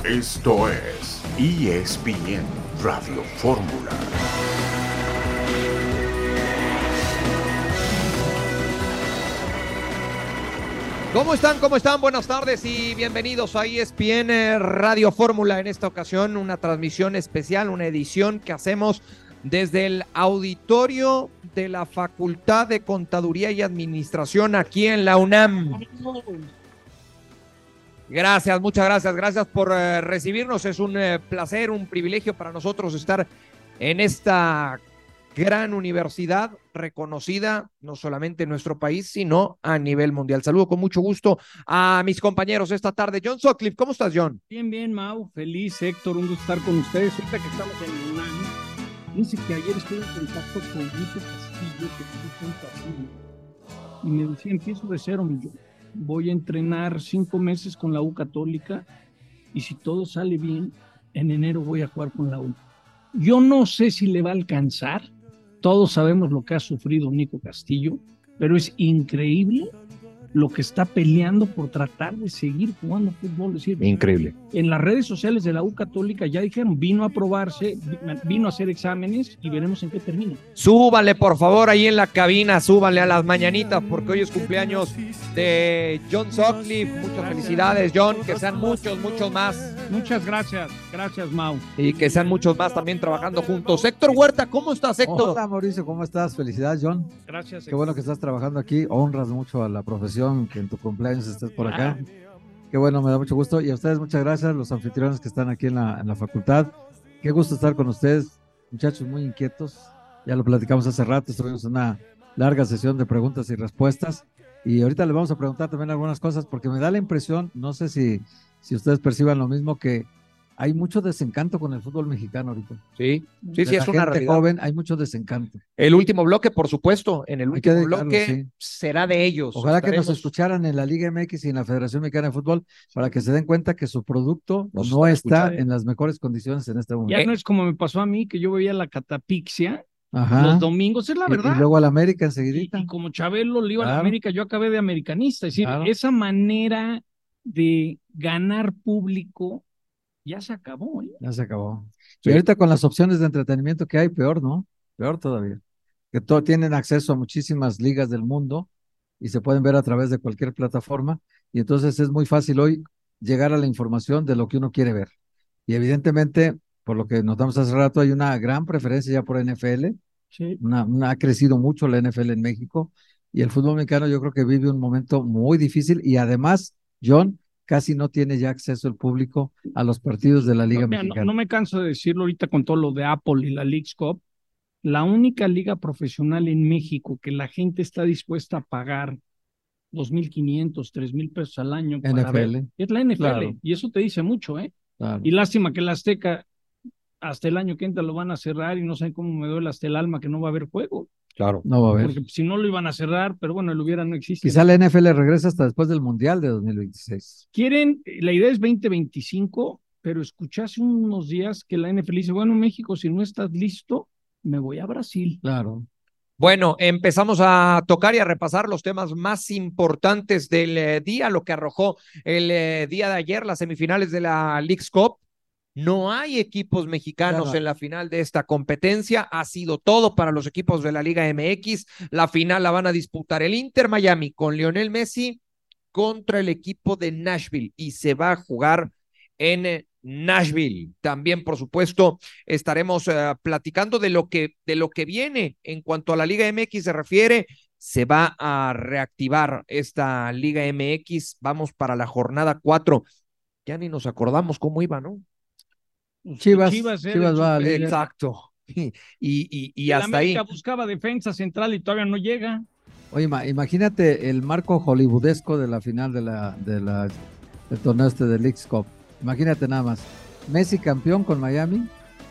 Esto es ESPN Radio Fórmula. ¿Cómo están? ¿Cómo están? Buenas tardes y bienvenidos a ESPN Radio Fórmula. En esta ocasión una transmisión especial, una edición que hacemos desde el auditorio de la Facultad de Contaduría y Administración aquí en la UNAM. Gracias, muchas gracias. Gracias por recibirnos. Es un placer, un privilegio para nosotros estar en esta gran universidad reconocida no solamente en nuestro país, sino a nivel mundial. Saludo con mucho gusto a mis compañeros esta tarde. John Sutcliffe, ¿cómo estás, John? Bien, bien, Mau. Feliz, Héctor. Un gusto estar con ustedes. Ahorita que estamos en UNAM, fíjense que ayer estuve en contacto con Nico Castillo, que es un partido, y me decía, empiezo de cero, mi John. Voy a entrenar 5 meses con la U Católica y si todo sale bien, en enero voy a jugar con la U. Yo no sé si le va a alcanzar. Todos sabemos lo que ha sufrido Nico Castillo, pero es increíble lo que está peleando por tratar de seguir jugando fútbol. Es decir, increíble. En las redes sociales de la U Católica ya dijeron, vino a probarse, vino a hacer exámenes y veremos en qué termina. Súbale, por favor, ahí en la cabina, súbale a las mañanitas, porque hoy es cumpleaños de John Sutcliffe. Muchas felicidades, John, que sean muchos más. Muchas gracias, gracias, Mau. Y que sean muchos más también trabajando juntos. Héctor Huerta, ¿cómo estás, Héctor? Hola, Mauricio, ¿cómo estás? Felicidades, John. Gracias, Héctor. Qué bueno que estás trabajando aquí. Honras mucho a la profesión, que en tu cumpleaños estés por acá. Qué bueno, me da mucho gusto. Y a ustedes muchas gracias, los anfitriones que están aquí en la facultad. Qué gusto estar con ustedes, muchachos muy inquietos. Ya lo platicamos hace rato, estuvimos en una larga sesión de preguntas y respuestas. Y ahorita les vamos a preguntar también algunas cosas, porque me da la impresión, no sé si ustedes perciban lo mismo, que hay mucho desencanto con el fútbol mexicano ahorita. Sí, Es una gente realidad. joven, hay mucho desencanto. El último bloque, por supuesto, en el último bloque sí. será de ellos. Ojalá que nos escucharan en la Liga MX y en la Federación Mexicana de Fútbol para que se den cuenta que su producto no está en las mejores condiciones en este momento. Ya no es como me pasó a mí, que yo veía la catapixia Ajá. los domingos, es la verdad. Y luego al América enseguidita. Y como Chabelo le iba Claro. a la América, yo acabé de americanista. Es decir, Claro. esa manera de ganar público ya se acabó, ¿eh? Ya se acabó. Sí. Y ahorita con las opciones de entretenimiento que hay, peor, ¿no? Peor todavía. Que tienen acceso a muchísimas ligas del mundo y se pueden ver a través de cualquier plataforma. Y entonces es muy fácil hoy llegar a la información de lo que uno quiere ver. Y evidentemente, por lo que notamos hace rato, hay una gran preferencia ya por NFL. Sí. Ha crecido mucho la NFL en México y el fútbol mexicano yo creo que vive un momento muy difícil y además, John, casi no tiene ya acceso el público a los partidos de la Liga Mexicana. No me canso de decirlo ahorita con todo lo de Apple y la Leagues Cup. La única liga profesional en México que la gente está dispuesta a pagar 2,500, 3,000 pesos al año para ver, es la NFL. Claro. Y eso te dice mucho, ¿eh? Claro. Y lástima que la Azteca hasta el año que entra lo van a cerrar y no saben cómo me duele hasta el alma que no va a haber juego. Claro. No va a haber. Porque si no lo iban a cerrar, pero bueno, el hubiera no existe. Quizá la NFL regresa hasta después del Mundial de 2026. La idea es 2025, pero escuché hace unos días que la NFL dice, bueno, México, si no estás listo, me voy a Brasil. Claro. Bueno, empezamos a tocar y a repasar los temas más importantes del día, lo que arrojó el día de ayer, las semifinales de la Leagues Cup. No hay equipos mexicanos en la final de esta competencia. Ha sido todo para los equipos de la Liga MX. La final la van a disputar el Inter Miami con Lionel Messi contra el equipo de Nashville y se va a jugar en Nashville. También, por supuesto, estaremos platicando de lo que viene en cuanto a la Liga MX se refiere. Se va a reactivar esta Liga MX. Vamos para la jornada 4. Ya ni nos acordamos cómo iba, ¿no? Chivas va a líder. Exacto. Y hasta América ahí. Buscaba defensa central y todavía no llega. Oye, imagínate el marco hollywoodesco de la final del torneo de Leagues Cup. Imagínate nada más. Messi campeón con Miami,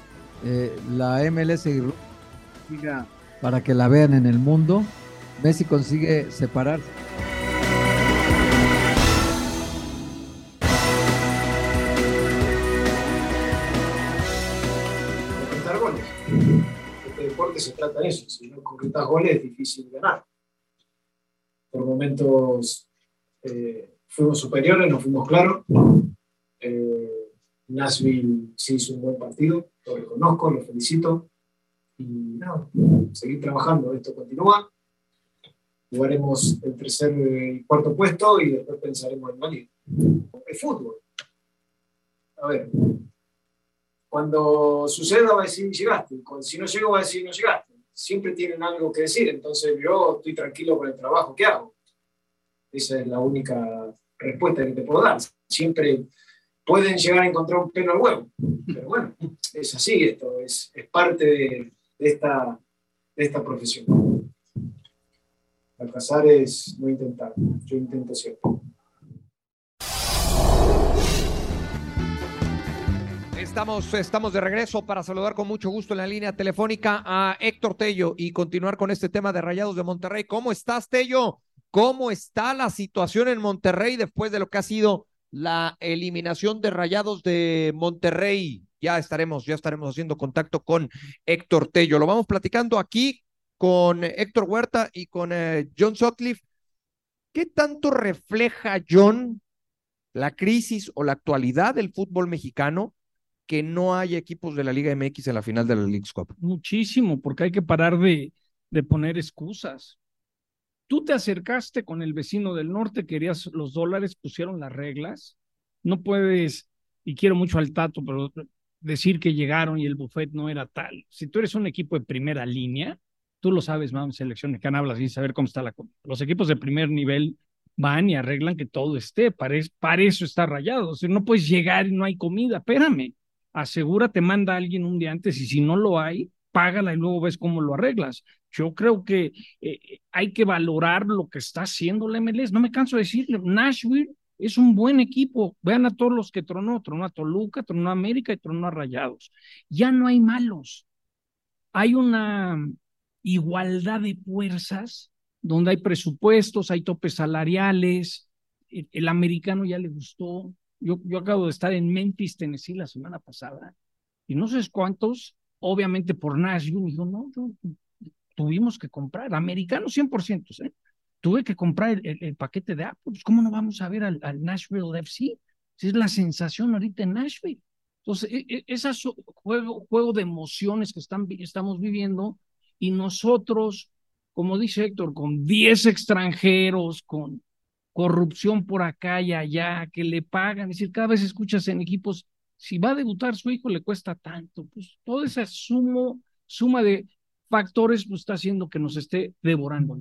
la MLS y para que la vean en el mundo. Messi consigue separarse. Este deporte se trata de eso, si no concretas goles es difícil ganar. Por momentos fuimos superiores, no fuimos claros, Nashville sí hizo un buen partido, lo reconozco, lo felicito. Y nada, seguir trabajando, esto continúa. Jugaremos el tercer y cuarto puesto y después pensaremos en la liga. El fútbol. A ver, cuando suceda va a decir llegaste, si no llego va a decir no llegaste. Siempre tienen algo que decir, entonces yo estoy tranquilo con el trabajo que hago. Esa es la única respuesta que te puedo dar. Siempre pueden llegar a encontrar un pelo al huevo, pero bueno, es así, esto es parte de esta profesión. Fracasar es no intentar, yo intento siempre. Estamos de regreso para saludar con mucho gusto en la línea telefónica a Héctor Tello y continuar con este tema de Rayados de Monterrey. ¿Cómo estás, Tello? ¿Cómo está la situación en Monterrey después de lo que ha sido la eliminación de Rayados de Monterrey? Ya estaremos haciendo contacto con Héctor Tello. Lo vamos platicando aquí con Héctor Huerta y con John Sutcliffe. ¿Qué tanto refleja, John, la crisis o la actualidad del fútbol mexicano que no hay equipos de la Liga MX en la final de la Leagues Cup? Muchísimo, porque hay que parar de poner excusas. Tú te acercaste con el vecino del norte, querías los dólares, pusieron las reglas. No puedes, y quiero mucho al Tato, pero decir que llegaron y el buffet no era tal. Si tú eres un equipo de primera línea, tú lo sabes, vamos, selección mexicana, hablas sin saber cómo está la cosa. Los equipos de primer nivel van y arreglan que todo esté, para eso está Rayado. O sea, no puedes llegar y no hay comida, espérame. Asegúrate, manda a alguien un día antes y si no lo hay, págala y luego ves cómo lo arreglas. Yo creo que hay que valorar lo que está haciendo la MLS. No me canso de decirle, Nashville es un buen equipo. Vean a todos los que tronó a Toluca, tronó a América y tronó a Rayados. Ya no hay malos. Hay una igualdad de fuerzas donde hay presupuestos, hay topes salariales. El americano ya le gustó. Yo acabo de estar en Memphis, Tennessee, la semana pasada, y no sé cuántos, obviamente por Nashville, me dijo, no, tuvimos que comprar, americanos 100%, tuve que comprar el paquete de Apple, pues ¿cómo no vamos a ver al Nashville FC? Es la sensación ahorita en Nashville. Entonces, ese juego de emociones que estamos viviendo, y nosotros, como dice Héctor, con 10 extranjeros, con corrupción por acá y allá, que le pagan, es decir, cada vez escuchas en equipos, si va a debutar su hijo le cuesta tanto, pues toda esa suma de factores pues está haciendo que nos esté devorando.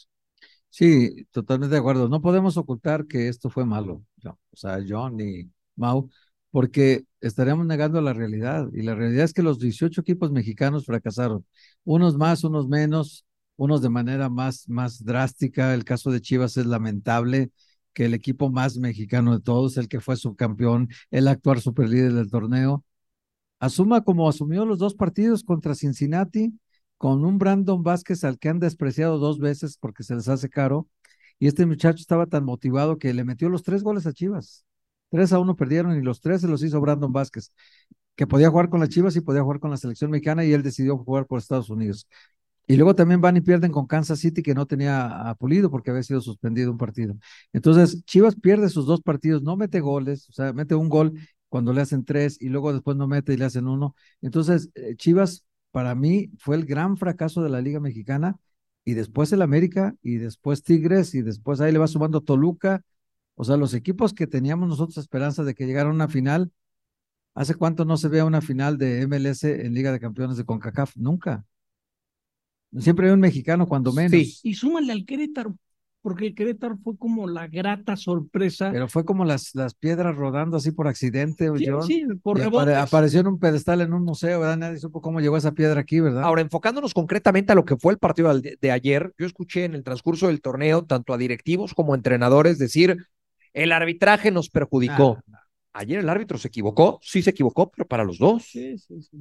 Sí, totalmente de acuerdo. No podemos ocultar que esto fue malo, no, o sea, John y Mau, porque estaríamos negando la realidad, y la realidad es que los 18 equipos mexicanos fracasaron, unos más, unos menos, unos de manera más drástica. El caso de Chivas es lamentable, que el equipo más mexicano de todos, el que fue subcampeón, el actual superlíder del torneo, asuma como asumió los dos partidos contra Cincinnati, con un Brandon Vázquez al que han despreciado 2 veces porque se les hace caro, y este muchacho estaba tan motivado que le metió los 3 goles a Chivas. 3-1 perdieron y los 3 se los hizo Brandon Vázquez, que podía jugar con las Chivas y podía jugar con la selección mexicana, y él decidió jugar por Estados Unidos. Y luego también van y pierden con Kansas City, que no tenía a Pulido porque había sido suspendido un partido. Entonces, Chivas pierde sus 2 partidos, no mete goles, o sea, mete un gol cuando le hacen 3 y luego después no mete y le hacen 1. Entonces, Chivas para mí fue el gran fracaso de la Liga Mexicana, y después el América, y después Tigres, y después ahí le va sumando Toluca. O sea, los equipos que teníamos nosotros esperanza de que llegara a una final, ¿hace cuánto no se vea una final de MLS en Liga de Campeones de CONCACAF? Nunca. Siempre hay un mexicano, cuando menos. Sí. Y súmale al Querétaro, porque el Querétaro fue como la grata sorpresa. Pero fue como las piedras rodando así por accidente, Sí, John. sí, por Y rebotes. apareció en un pedestal en un museo, ¿verdad? Nadie supo cómo llegó esa piedra aquí, ¿verdad? Ahora, enfocándonos concretamente a lo que fue el partido de ayer, yo escuché en el transcurso del torneo tanto a directivos como a entrenadores decir, el arbitraje nos perjudicó. Ayer el árbitro se equivocó, sí se equivocó, pero para los dos. Sí.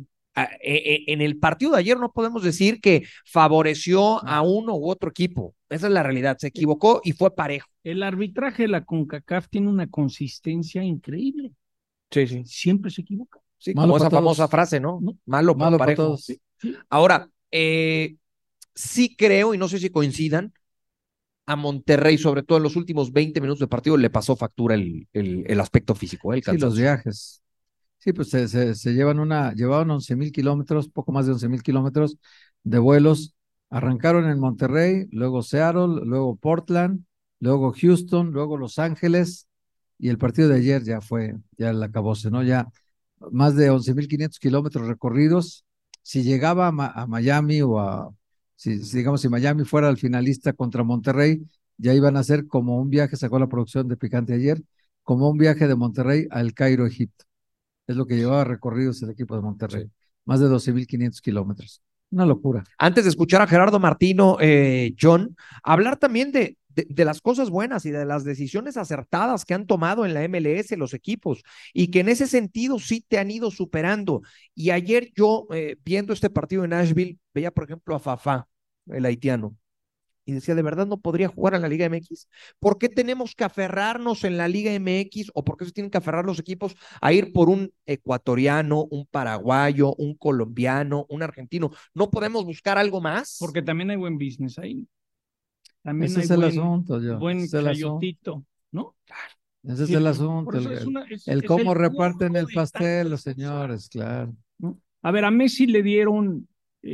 En el partido de ayer no podemos decir que favoreció a uno u otro equipo. Esa es la realidad. Se equivocó y fue parejo. El arbitraje de la CONCACAF tiene una consistencia increíble. Sí. Siempre se equivoca. Sí, Malo como esa para todos. famosa frase, ¿no? ¿No? Malo Malo para parejo. todos. Sí. Ahora, sí creo, y no sé si coincidan, a Monterrey, sobre todo en los últimos 20 minutos de partido, le pasó factura el aspecto físico, el Sí, los cansancio. viajes. Sí, pues llevaban 11,000 kilómetros, poco más de 11,000 kilómetros de vuelos. Arrancaron en Monterrey, luego Seattle, luego Portland, luego Houston, luego Los Ángeles, y el partido de ayer ya el acabose, ¿no? Ya más de 11,500 kilómetros recorridos. Si llegaba a Miami digamos, si Miami fuera el finalista contra Monterrey, ya iban a ser como un viaje, sacó la producción de Picante ayer, como un viaje de Monterrey al Cairo, Egipto. Es lo que llevaba recorridos el equipo de Monterrey. Sí. Más de 12,500 kilómetros. Una locura. Antes de escuchar a Gerardo Martino, John, hablar también de las cosas buenas y de las decisiones acertadas que han tomado en la MLS los equipos y que en ese sentido sí te han ido superando. Y ayer yo, viendo este partido en Nashville, veía, por ejemplo, a Fafá, el haitiano, y decía, ¿de verdad no podría jugar en la Liga MX? ¿Por qué tenemos que aferrarnos en la Liga MX o por qué se tienen que aferrar los equipos a ir por un ecuatoriano, un paraguayo, un colombiano, un argentino? ¿No podemos buscar algo más? Porque también hay buen business ahí. También ese hay es el asunto, buen chayotito, ¿no? Claro. Ese es el asunto, el cómo reparten el pastel los señores, claro. ¿No? A ver, a Messi le dieron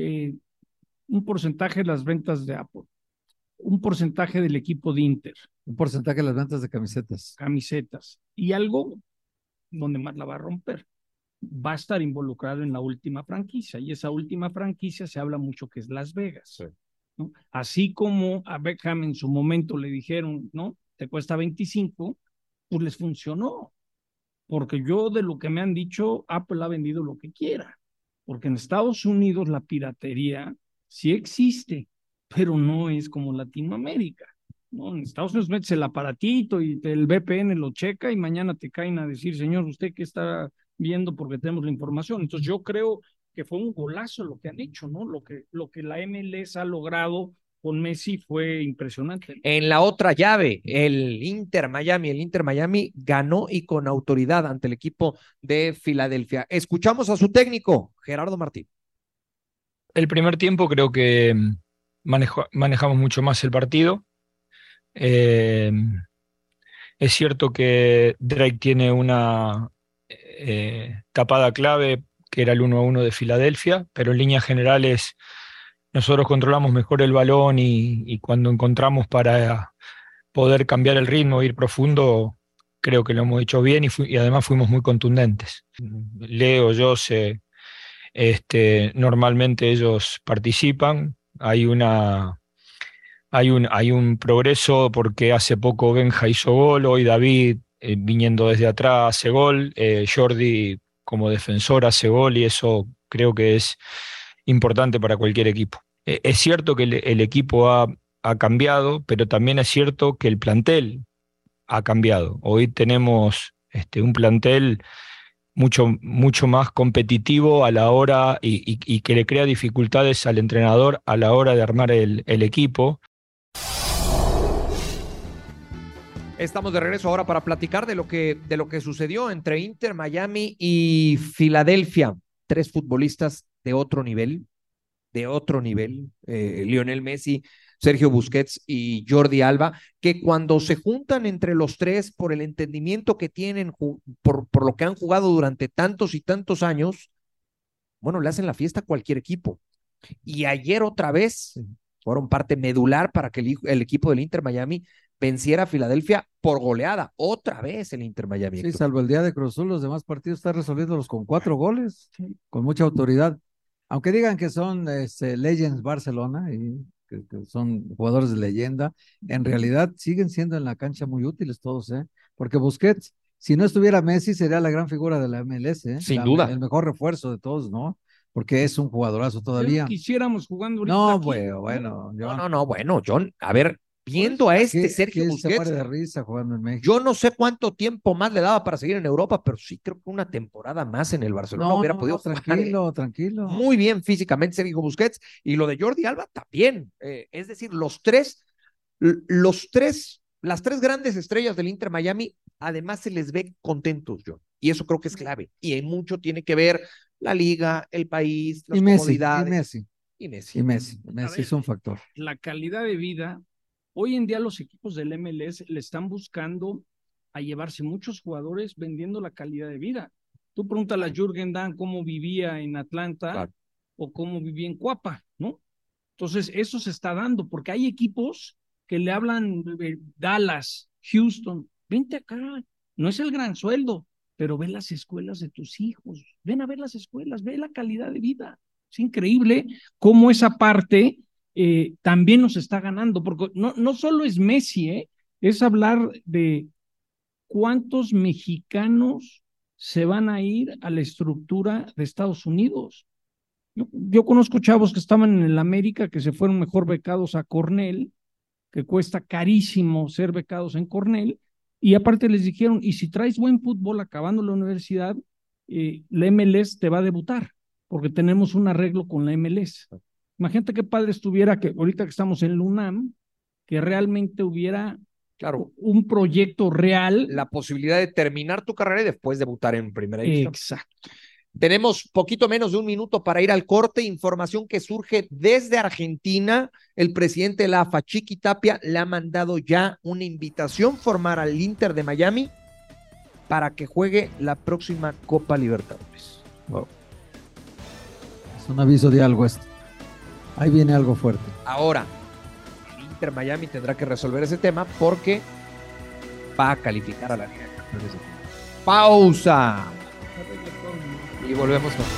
un porcentaje de las ventas de Apple, un porcentaje del equipo de Inter. Un porcentaje de las ventas de camisetas. Camisetas. Y algo donde más la va a romper. Va a estar involucrado en la última franquicia. Y esa última franquicia se habla mucho que es Las Vegas. Sí. ¿No? Así como a Beckham en su momento le dijeron, ¿no? Te cuesta 25, pues les funcionó. Porque yo de lo que me han dicho, Apple ha vendido lo que quiera. Porque en Estados Unidos la piratería sí existe, pero no es como Latinoamérica, ¿no? En Estados Unidos metes el aparatito y el VPN lo checa y mañana te caen a decir, señor, ¿usted qué está viendo? Porque tenemos la información. Entonces yo creo que fue un golazo lo que han hecho, ¿no? Lo que la MLS ha logrado con Messi fue impresionante. En la otra llave, el Inter Miami ganó y con autoridad ante el equipo de Filadelfia. Escuchamos a su técnico, Gerardo Martín. El primer tiempo creo que manejamos mucho más el partido. Es cierto que Drake tiene una tapada clave que era el 1-1 de Filadelfia, pero en líneas generales nosotros controlamos mejor el balón y cuando encontramos para poder cambiar el ritmo, ir profundo, creo que lo hemos hecho bien y además fuimos muy contundentes. Leo, Jose, normalmente ellos participan, hay un progreso porque hace poco Benja hizo gol, hoy David viniendo desde atrás hace gol, Jordi como defensor hace gol y eso creo que es importante para cualquier equipo. Es cierto que el equipo ha cambiado, pero también es cierto que el plantel ha cambiado. Hoy tenemos un plantel mucho más competitivo a la hora y que le crea dificultades al entrenador a la hora de armar el equipo. Estamos de regreso ahora para platicar de lo que sucedió entre Inter Miami y Filadelfia. 3 futbolistas de otro nivel, Lionel Messi, Sergio Busquets y Jordi Alba, que cuando se juntan entre los 3 por el entendimiento que tienen, por lo que han jugado durante tantos y tantos años, bueno, le hacen la fiesta a cualquier equipo. Y ayer otra vez fueron parte medular para que el equipo del Inter Miami venciera a Filadelfia por goleada. Otra vez el Inter Miami. Sí, salvo el día de Cruz Azul, los demás partidos están resolviéndolos con 4 goles, con mucha autoridad. Aunque digan que son Legends Barcelona y que son jugadores de leyenda, en realidad siguen siendo en la cancha muy útiles todos, porque Busquets, si no estuviera Messi, sería la gran figura de la MLS, Sin duda. El mejor refuerzo de todos, ¿no? Porque es un jugadorazo todavía. No quisiéramos jugando ahorita. No, aquí, bueno. Bueno, John, a ver, viendo a Sergio Busquets, se muere de risa jugando en México. Yo no sé cuánto tiempo más le daba para seguir en Europa, pero sí creo que una temporada más en el Barcelona hubiera podido jugar. Tranquilo. Muy bien físicamente Sergio Busquets y lo de Jordi Alba también. Es decir, las 3 grandes estrellas del Inter Miami, además se les ve contentos, John. Y eso creo que es clave. Y en mucho tiene que ver la liga, el país, las comodidades. Y Messi es un factor. La calidad de vida. Hoy en día los equipos del MLS le están buscando a llevarse muchos jugadores vendiendo la calidad de vida. Tú pregúntale a Jürgen Damm cómo vivía en Atlanta, Claro. o cómo vivía en Cuapa, ¿no? Entonces, eso se está dando, porque hay equipos que le hablan Dallas, Houston, vente acá, no es el gran sueldo, pero ve las escuelas de tus hijos, ven a ver las escuelas, ve la calidad de vida. Es increíble cómo esa parte también nos está ganando, porque no solo es Messi, es hablar de cuántos mexicanos se van a ir a la estructura de Estados Unidos. Yo conozco chavos que estaban en el América, que se fueron mejor becados a Cornell, que cuesta carísimo ser becados en Cornell, y aparte les dijeron, y si traes buen fútbol acabando la universidad, la MLS te va a debutar, porque tenemos un arreglo con la MLS. Imagínate qué padre estuviera que ahorita que estamos en la UNAM, que realmente hubiera Claro, un proyecto real. la posibilidad de terminar tu carrera y después debutar en primera división. Exacto. Tenemos poquito menos de un minuto para ir al corte. Información que surge desde Argentina. El presidente de la AFA, Chiqui Tapia, le ha mandado ya una invitación formal al Inter de Miami para que juegue la próxima Copa Libertadores. Wow. Es un aviso de algo esto. Ahí viene algo fuerte. Ahora, el Inter Miami tendrá que resolver ese tema porque va a calificar a la Liga de Campeones. Pausa. Y volvemos con...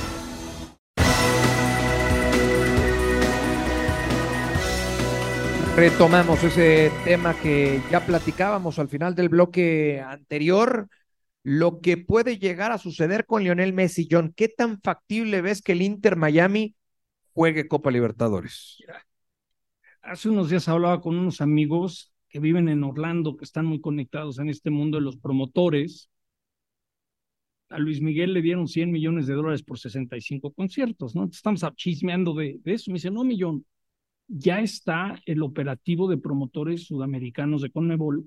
Retomamos ese tema que ya platicábamos al final del bloque anterior, lo que puede llegar a suceder con Lionel Messi. John, ¿qué tan factible ves que el Inter Miami juegue Copa Libertadores? Hace unos días hablaba con unos amigos que viven en Orlando, que están muy conectados en este mundo de los promotores. A Luis Miguel le dieron $100 millones por 65 conciertos, ¿no? Estamos chismeando de eso. Me dice, no, Millón, ya está el operativo de promotores sudamericanos de Conmebol,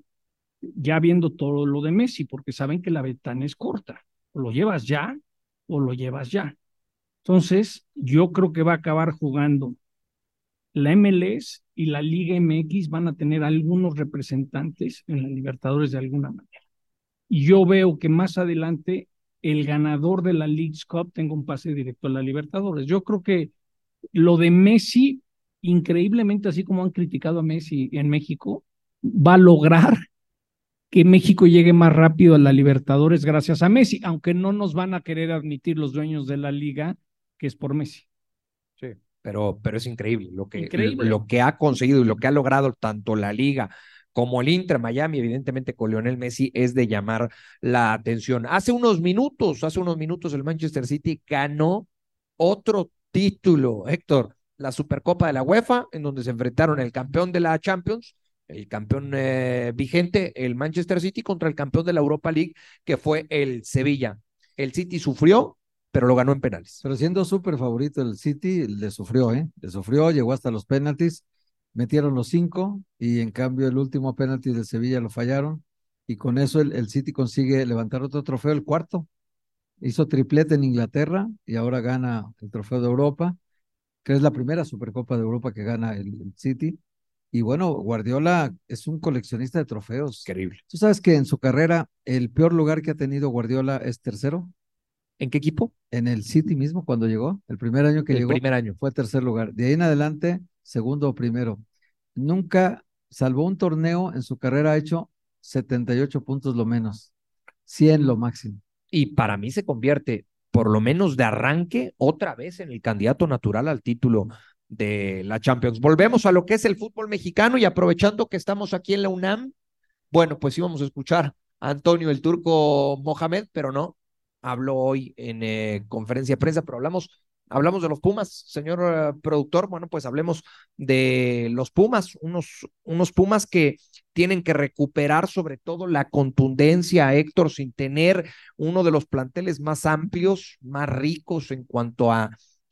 ya viendo todo lo de Messi, porque saben que la ventana es corta. O lo llevas ya, o lo llevas ya. Entonces, yo creo que va a acabar jugando la MLS y la Liga MX, van a tener algunos representantes en la Libertadores de alguna manera. Y yo veo que más adelante el ganador de la Leagues Cup tenga un pase directo a la Libertadores. Yo creo que lo de Messi, increíblemente, así como han criticado a Messi en México, va a lograr que México llegue más rápido a la Libertadores gracias a Messi, aunque no nos van a querer admitir los dueños de la liga que es por Messi. Sí, pero es increíble lo que ha conseguido y lo que ha logrado tanto la liga como el Inter Miami, evidentemente con Lionel Messi, es de llamar la atención. Hace unos minutos el Manchester City ganó otro título, Héctor, la Supercopa de la UEFA, en donde se enfrentaron el campeón de la Champions, el campeón vigente, el Manchester City, contra el campeón de la Europa League, que fue el Sevilla. El City sufrió, pero lo ganó en penales. Pero siendo súper favorito el City, le sufrió, llegó hasta los penaltis, metieron los 5 y en cambio el último penalti del Sevilla lo fallaron y con eso el City consigue levantar otro trofeo, el cuarto. Hizo triplete en Inglaterra y ahora gana el trofeo de Europa, que es la primera Supercopa de Europa que gana el City. Y bueno, Guardiola es un coleccionista de trofeos. Increíble. ¿Tú sabes que en su carrera el peor lugar que ha tenido Guardiola es tercero? ¿En qué equipo? En el City mismo, cuando llegó. El primer año que llegó fue tercer lugar. De ahí en adelante, segundo o primero. Nunca, salvo un torneo en su carrera, ha hecho 78 puntos lo menos. 100 lo máximo. Y para mí se convierte, por lo menos de arranque, otra vez en el candidato natural al título de la Champions. Volvemos a lo que es el fútbol mexicano y aprovechando que estamos aquí en la UNAM, bueno, pues íbamos a escuchar a Antonio el Turco Mohamed, pero no, habló hoy en conferencia de prensa, pero hablamos de los Pumas, señor productor. Bueno, pues hablemos de los Pumas, unos Pumas que tienen que recuperar sobre todo la contundencia, Héctor, sin tener uno de los planteles más amplios, más ricos en cuanto a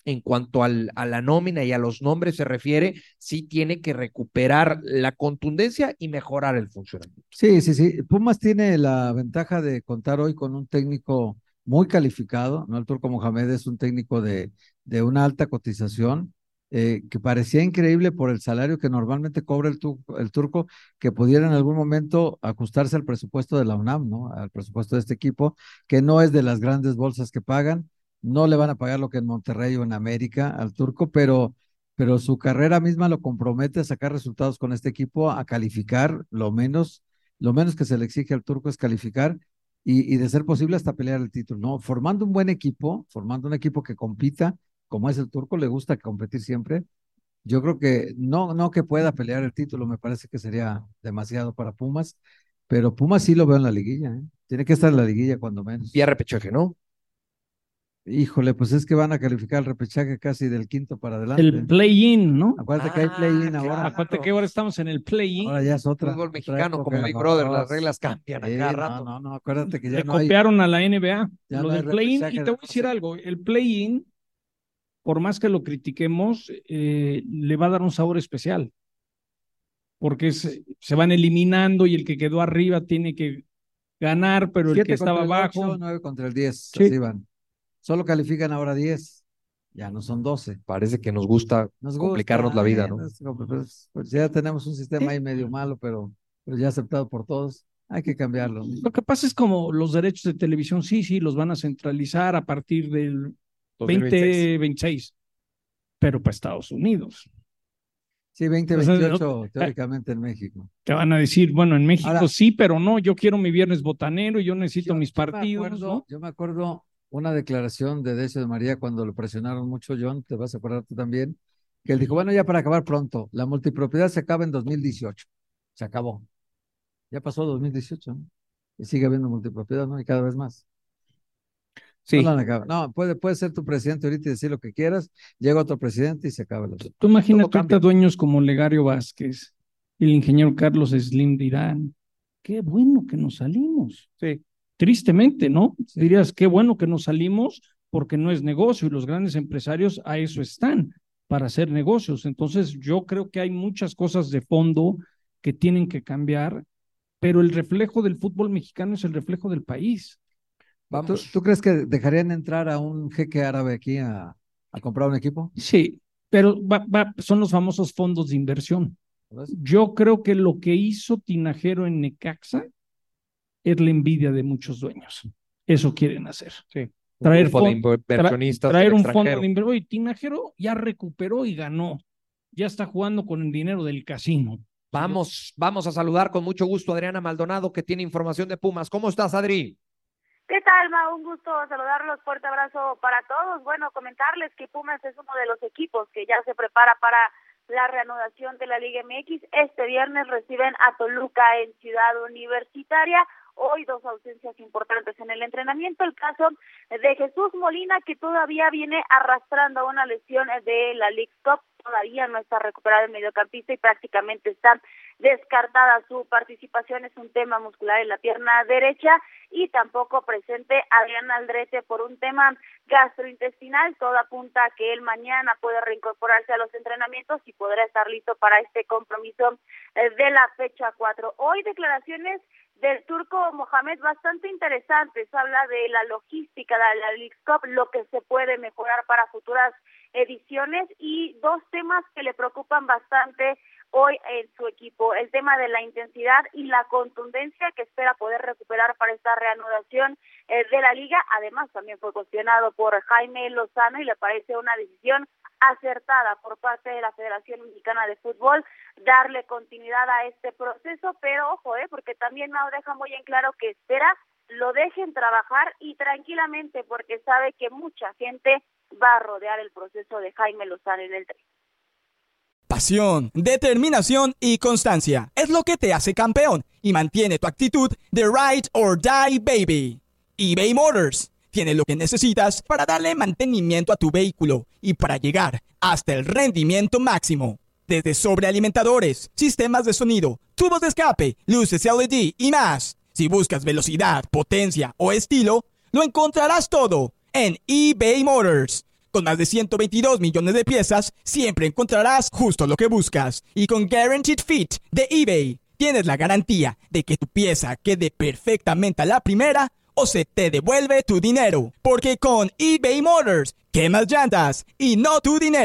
la nómina y a los nombres se refiere, sí tiene que recuperar la contundencia y mejorar el funcionamiento. Sí. Pumas tiene la ventaja de contar hoy con un técnico muy calificado, ¿no? El Turco Mohamed es un técnico de una alta cotización, que parecía increíble por el salario que normalmente cobra el turco, que pudiera en algún momento ajustarse al presupuesto de la UNAM, ¿no? Al presupuesto de este equipo, que no es de las grandes bolsas que pagan, no le van a pagar lo que en Monterrey o en América al turco, pero su carrera misma lo compromete a sacar resultados con este equipo, a calificar, lo menos que se le exige al turco es calificar y de ser posible hasta pelear el título, ¿no? Formando un buen equipo, formando un equipo que compita, como es el turco, le gusta competir siempre. Yo creo que no que pueda pelear el título, me parece que sería demasiado para Pumas, pero Pumas sí lo veo en la liguilla, ¿eh? Tiene que estar en la liguilla cuando menos. Y a repechaje, ¿no? Híjole, pues es que van a calificar el repechaje casi del quinto para adelante. El play-in, ¿no? Acuérdate que hay play-in ahora. claro. Acuérdate que ahora estamos en el play-in. Ahora ya es otra. Fútbol mexicano, época, como Big no, Brother, las reglas cambian a sí, cada rato. No, acuérdate que ya Le no hay. copiaron a la NBA. Ya Lo no hay del play-in, repechaje y te voy a decir algo, el play-in, por más que lo critiquemos, le va a dar un sabor especial, porque se van eliminando y el que quedó arriba tiene que ganar, pero el 7 que estaba contra el abajo... 8, 9 contra el 10, Sí. así van. Solo califican ahora 10, ya no son 12. Parece que nos gusta Nos complicarnos la vida, ¿no? Pues ya tenemos un sistema ahí medio malo, pero ya aceptado por todos. Hay que cambiarlo. Lo que pasa es como los derechos de televisión, sí, los van a centralizar a partir del 2026, pero para Estados Unidos. Sí, 2028 O sea, teóricamente en México. Te van a decir, bueno, en México Ahora, sí, pero no, yo quiero mi viernes botanero y yo necesito mis partidos, ¿no? Yo me acuerdo una declaración de Decio de María cuando lo presionaron mucho, John, te vas a acordar tú también, que él dijo, bueno, ya para acabar pronto, la multipropiedad se acaba en 2018. Se acabó. Ya pasó 2018, ¿no? Y sigue habiendo multipropiedad, ¿no? Y cada vez más. Sí. No, no, puede ser tu presidente ahorita y decir lo que quieras, llega otro presidente y se acaba el asunto. Tú imagínate Todo cambia. ahorita dueños como Legario Vázquez, el ingeniero Carlos Slim dirán, qué bueno que nos salimos. Sí. Tristemente, ¿no? Sí. Dirías, qué bueno que nos salimos porque no es negocio y los grandes empresarios a eso están, para hacer negocios. Entonces, yo creo que hay muchas cosas de fondo que tienen que cambiar, pero el reflejo del fútbol mexicano es el reflejo del país. ¿Tú crees que dejarían entrar a un jeque árabe aquí a comprar un equipo? Sí, pero son los famosos fondos de inversión. Yo creo que lo que hizo Tinajero en Necaxa es la envidia de muchos dueños. Eso quieren hacer. Sí. Traer inversionistas traer un fondo de inversión. Y Tinajero ya recuperó y ganó. Ya está jugando con el dinero del casino. Vamos a saludar con mucho gusto a Adriana Maldonado, que tiene información de Pumas. ¿Cómo estás, Adri? ¿Qué tal, Ma? Un gusto saludarlos, fuerte abrazo para todos. Bueno, comentarles que Pumas es uno de los equipos que ya se prepara para la reanudación de la Liga MX. Este viernes reciben a Toluca en Ciudad Universitaria. Hoy 2 ausencias importantes en el entrenamiento. El caso de Jesús Molina, que todavía viene arrastrando una lesión de la Leagues Cup. Todavía no está recuperado el mediocampista y prácticamente está descartada su participación. Es un tema muscular en la pierna derecha y tampoco presente Adrián Aldrete por un tema gastrointestinal. Todo apunta a que él mañana puede reincorporarse a los entrenamientos y podrá estar listo para este compromiso de la fecha 4. Hoy declaraciones del turco Mohamed bastante interesantes. Habla de la logística de la Leagues Cup, lo que se puede mejorar para futuras ediciones y 2 temas que le preocupan bastante hoy en su equipo: el tema de la intensidad y la contundencia que espera poder recuperar para esta reanudación de la liga. Además, también fue cuestionado por Jaime Lozano y le parece una decisión acertada por parte de la Federación Mexicana de Fútbol darle continuidad a este proceso, pero ojo, porque también nos deja muy en claro que espera lo dejen trabajar y tranquilamente, porque sabe que mucha gente va a rodear el proceso de Jaime Lozano en el tren. Pasión, determinación y constancia es lo que te hace campeón y mantiene tu actitud de ride or die, baby. eBay Motors tiene lo que necesitas para darle mantenimiento a tu vehículo y para llegar hasta el rendimiento máximo. Desde sobrealimentadores, sistemas de sonido, tubos de escape, luces LED y más. Si buscas velocidad, potencia o estilo, lo encontrarás todo en eBay Motors. Con más de 122 millones de piezas, siempre encontrarás justo lo que buscas. Y con Guaranteed Fit de eBay, tienes la garantía de que tu pieza quede perfectamente a la primera o se te devuelve tu dinero. Porque con eBay Motors, quemas llantas y no tu dinero.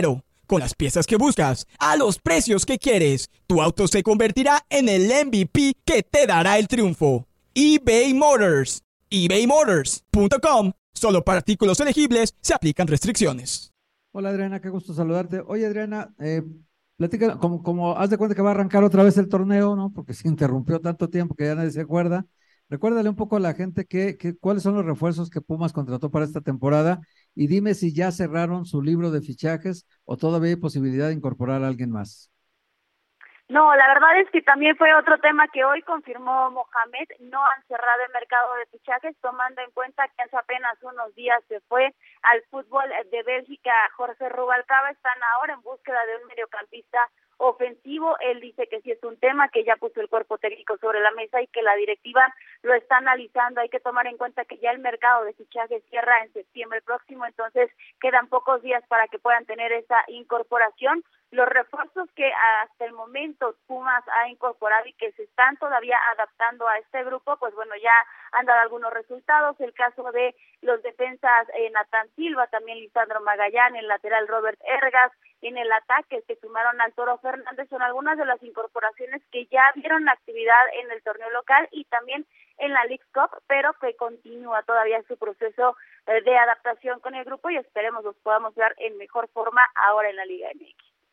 Con las piezas que buscas, a los precios que quieres, tu auto se convertirá en el MVP que te dará el triunfo. eBay Motors. ebaymotors.com. Solo para artículos elegibles se aplican restricciones. Hola Adriana, qué gusto saludarte. Oye Adriana, platica, como haz de cuenta que va a arrancar otra vez el torneo, ¿no? Porque se interrumpió tanto tiempo que ya nadie se acuerda. Recuérdale un poco a la gente cuáles son los refuerzos que Pumas contrató para esta temporada y dime si ya cerraron su libro de fichajes o todavía hay posibilidad de incorporar a alguien más. No, la verdad es que también fue otro tema que hoy confirmó Mohamed. No han cerrado el mercado de fichajes, tomando en cuenta que hace apenas unos días se fue al fútbol de Bélgica Jorge Rubalcaba. Están ahora en búsqueda de un mediocampista ofensivo. Él dice que sí es un tema que ya puso el cuerpo técnico sobre la mesa y que la directiva lo está analizando. Hay que tomar en cuenta que ya el mercado de fichajes cierra en septiembre próximo, entonces quedan pocos días para que puedan tener esa incorporación. Los refuerzos que hasta el momento Pumas ha incorporado y que se están todavía adaptando a este grupo, pues bueno, ya han dado algunos resultados. El caso de los defensas Natán Silva, también Lisandro Magallán, el lateral Robert Ergas, en el ataque que sumaron al Toro Fernández, son algunas de las incorporaciones que ya vieron actividad en el torneo local y también en la Leagues Cup, pero que continúa todavía su proceso de adaptación con el grupo y esperemos los podamos ver en mejor forma ahora en la Liga MX.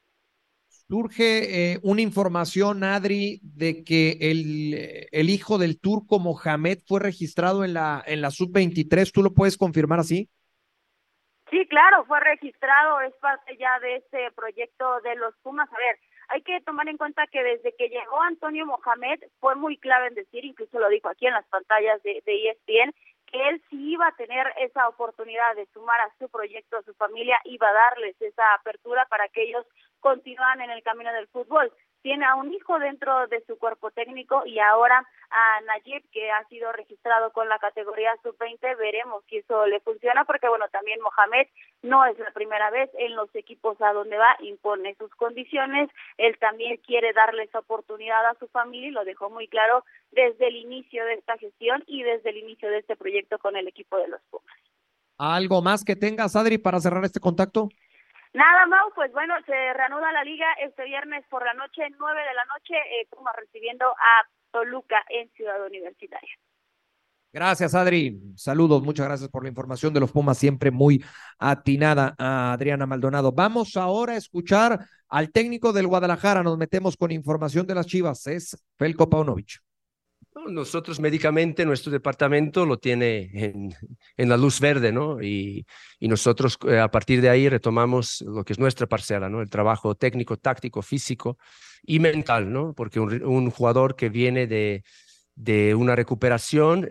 Surge una información, Adri, de que el hijo del turco Mohamed fue registrado en la sub-23. ¿Tú lo puedes confirmar así? Sí, claro, fue registrado, es parte ya de este proyecto de los Pumas. A ver, hay que tomar en cuenta que desde que llegó Antonio Mohamed fue muy clave en decir, incluso lo dijo aquí en las pantallas de ESPN, que él sí iba a tener esa oportunidad de sumar a su proyecto, a su familia, iba a darles esa apertura para que ellos continúen en el camino del fútbol. Tiene a un hijo dentro de su cuerpo técnico y ahora a Nayib, que ha sido registrado con la categoría sub-20. Veremos si eso le funciona, porque bueno, también Mohamed no es la primera vez en los equipos a donde va, impone sus condiciones. Él también quiere darle esa oportunidad a su familia y lo dejó muy claro desde el inicio de esta gestión y desde el inicio de este proyecto con el equipo de los Pumas. ¿Algo más que tengas, Adri, para cerrar este contacto? Nada, Mau, pues bueno, se reanuda la liga este viernes por la noche, 9 de la noche, Pumas recibiendo a Toluca en Ciudad Universitaria. Gracias, Adri. Saludos, muchas gracias por la información de los Pumas, siempre muy atinada a Adriana Maldonado. Vamos ahora a escuchar al técnico del Guadalajara. Nos metemos con información de las Chivas, es Veljko Paunovic. Nosotros médicamente, nuestro departamento lo tiene en la luz verde, ¿no? Y nosotros a partir de ahí retomamos lo que es nuestra parcela, ¿no? El trabajo técnico, táctico, físico y mental, ¿no? Porque un jugador que viene de una recuperación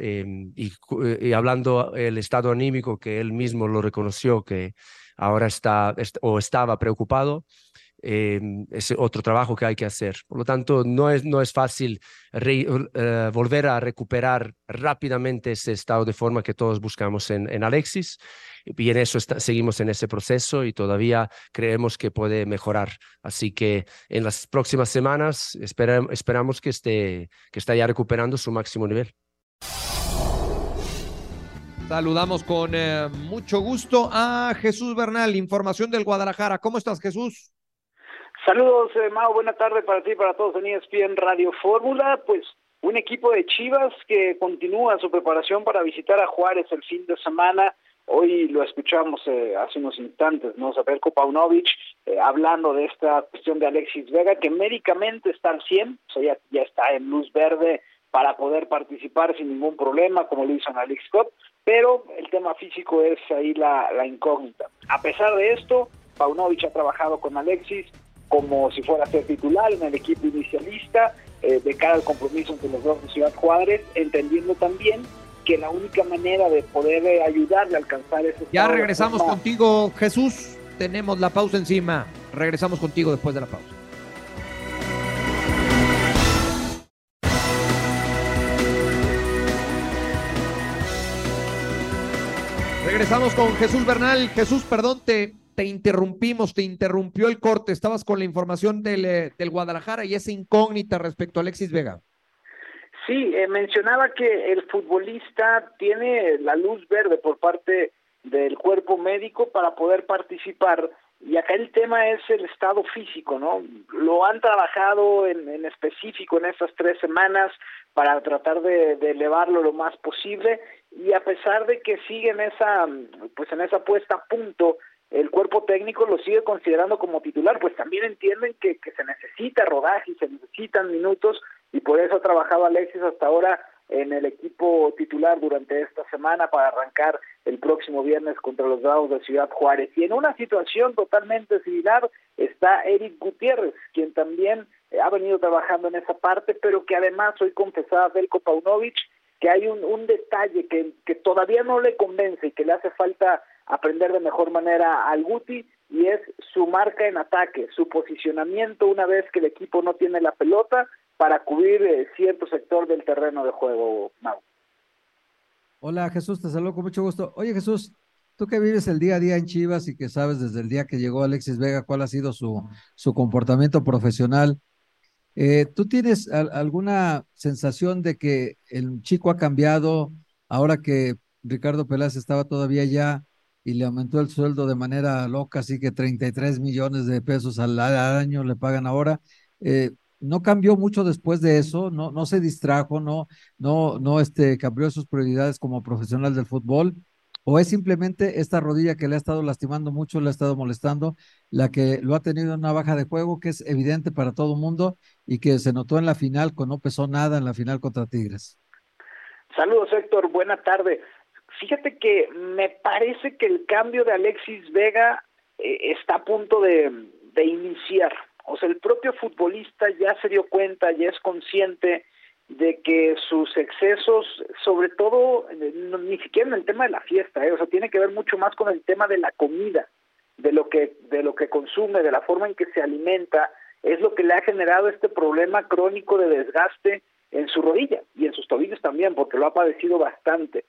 y hablando el estado anímico que él mismo lo reconoció, que ahora estaba preocupado, es otro trabajo que hay que hacer. Por lo tanto, no es fácil volver a recuperar rápidamente ese estado de forma que todos buscamos en Alexis, y en eso seguimos en ese proceso y todavía creemos que puede mejorar. Así que en las próximas semanas esperamos que esté ya recuperando su máximo nivel. Saludamos con mucho gusto a Jesús Bernal, información del Guadalajara. ¿Cómo estás, Jesús? Saludos, Mau, buena tarde para ti y para todos en ESPN Radio Fórmula. Pues un equipo de Chivas que continúa su preparación para visitar a Juárez el fin de semana. Hoy lo escuchamos hace unos instantes, ¿no? Veljko Paunovic hablando de esta cuestión de Alexis Vega, que médicamente está al 100, o sea, ya está en luz verde para poder participar sin ningún problema, como lo hizo en la Leagues Cup, pero el tema físico es ahí la incógnita. A pesar de esto, Paunovic ha trabajado con Alexis como si fuera a ser titular en el equipo inicialista de cara al compromiso entre los dos de Ciudad Juárez, entendiendo también que la única manera de poder ayudarle a alcanzar ese... Ya regresamos contigo, Jesús. Tenemos la pausa encima. Regresamos contigo después de la pausa. Regresamos con Jesús Bernal. Jesús, perdón, te interrumpimos, te interrumpió el corte. Estabas con la información del Guadalajara y esa incógnita respecto a Alexis Vega. Sí, mencionaba que el futbolista tiene la luz verde por parte del cuerpo médico para poder participar Y acá el tema es el estado físico, ¿no? Lo han trabajado en específico en estas 3 semanas para tratar de elevarlo lo más posible, y a pesar de que sigue en esa puesta a punto, el cuerpo técnico lo sigue considerando como titular, pues también entienden que se necesita rodaje y se necesitan minutos, y por eso ha trabajado Alexis hasta ahora en el equipo titular durante esta semana para arrancar el próximo viernes contra los Bravos de Ciudad Juárez. Y en una situación totalmente similar está Eric Gutiérrez, quien también ha venido trabajando en esa parte, pero que además hoy confesaba Veljko Paunovic que hay un detalle que todavía no le convence y que le hace falta aprender de mejor manera al Guti, y es su marca en ataque, su posicionamiento una vez que el equipo no tiene la pelota para cubrir cierto sector del terreno de juego, Mau. Hola Jesús, te saludo con mucho gusto. Oye Jesús, tú que vives el día a día en Chivas y que sabes desde el día que llegó Alexis Vega cuál ha sido su comportamiento profesional, ¿tú tienes alguna sensación de que el chico ha cambiado ahora que Ricardo Peláez estaba todavía allá y le aumentó el sueldo de manera loca, así que 33 millones de pesos al año le pagan ahora? ¿No cambió mucho después de eso? ¿No se distrajo? ¿No cambió sus prioridades como profesional del fútbol? ¿O es simplemente esta rodilla que le ha estado lastimando mucho, le ha estado molestando, la que lo ha tenido en una baja de juego que es evidente para todo el mundo y que se notó en la final, no pesó nada en la final contra Tigres? Saludos, Héctor, buena tarde. Fíjate que me parece que el cambio de Alexis Vega está a punto de iniciar. O sea, el propio futbolista ya se dio cuenta, ya es consciente de que sus excesos, sobre todo, ni siquiera en el tema de la fiesta, o sea, tiene que ver mucho más con el tema de la comida, de lo que consume, de la forma en que se alimenta, es lo que le ha generado este problema crónico de desgaste en su rodilla y en sus tobillos también, porque lo ha padecido bastante.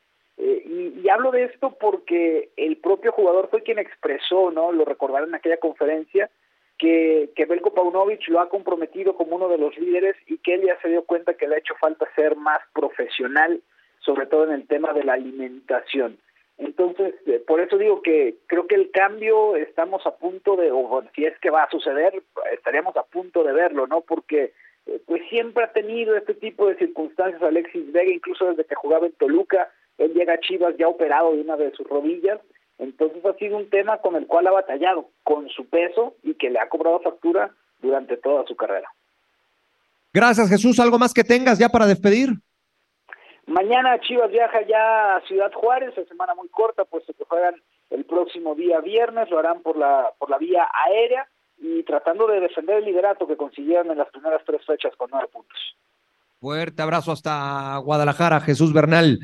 Y hablo de esto porque el propio jugador fue quien expresó, ¿no? Lo recordarán en aquella conferencia, que Veljko Paunovic lo ha comprometido como uno de los líderes y que él ya se dio cuenta que le ha hecho falta ser más profesional, sobre todo en el tema de la alimentación. Entonces, por eso digo que creo que el cambio estamos a punto de, o bueno, si es que va a suceder, estaríamos a punto de verlo, ¿no? Porque pues siempre ha tenido este tipo de circunstancias Alexis Vega, incluso desde que jugaba en Toluca. Él llega a Chivas ya operado de una de sus rodillas. Entonces ha sido un tema con el cual ha batallado, con su peso, y que le ha cobrado factura durante toda su carrera. Gracias, Jesús. ¿Algo más que tengas ya para despedir? Mañana Chivas viaja ya a Ciudad Juárez, es semana muy corta, pues se juegan el próximo día viernes, lo harán por la vía aérea y tratando de defender el liderato que consiguieron en las primeras 3 fechas con 9 puntos. Fuerte abrazo hasta Guadalajara, Jesús Bernal.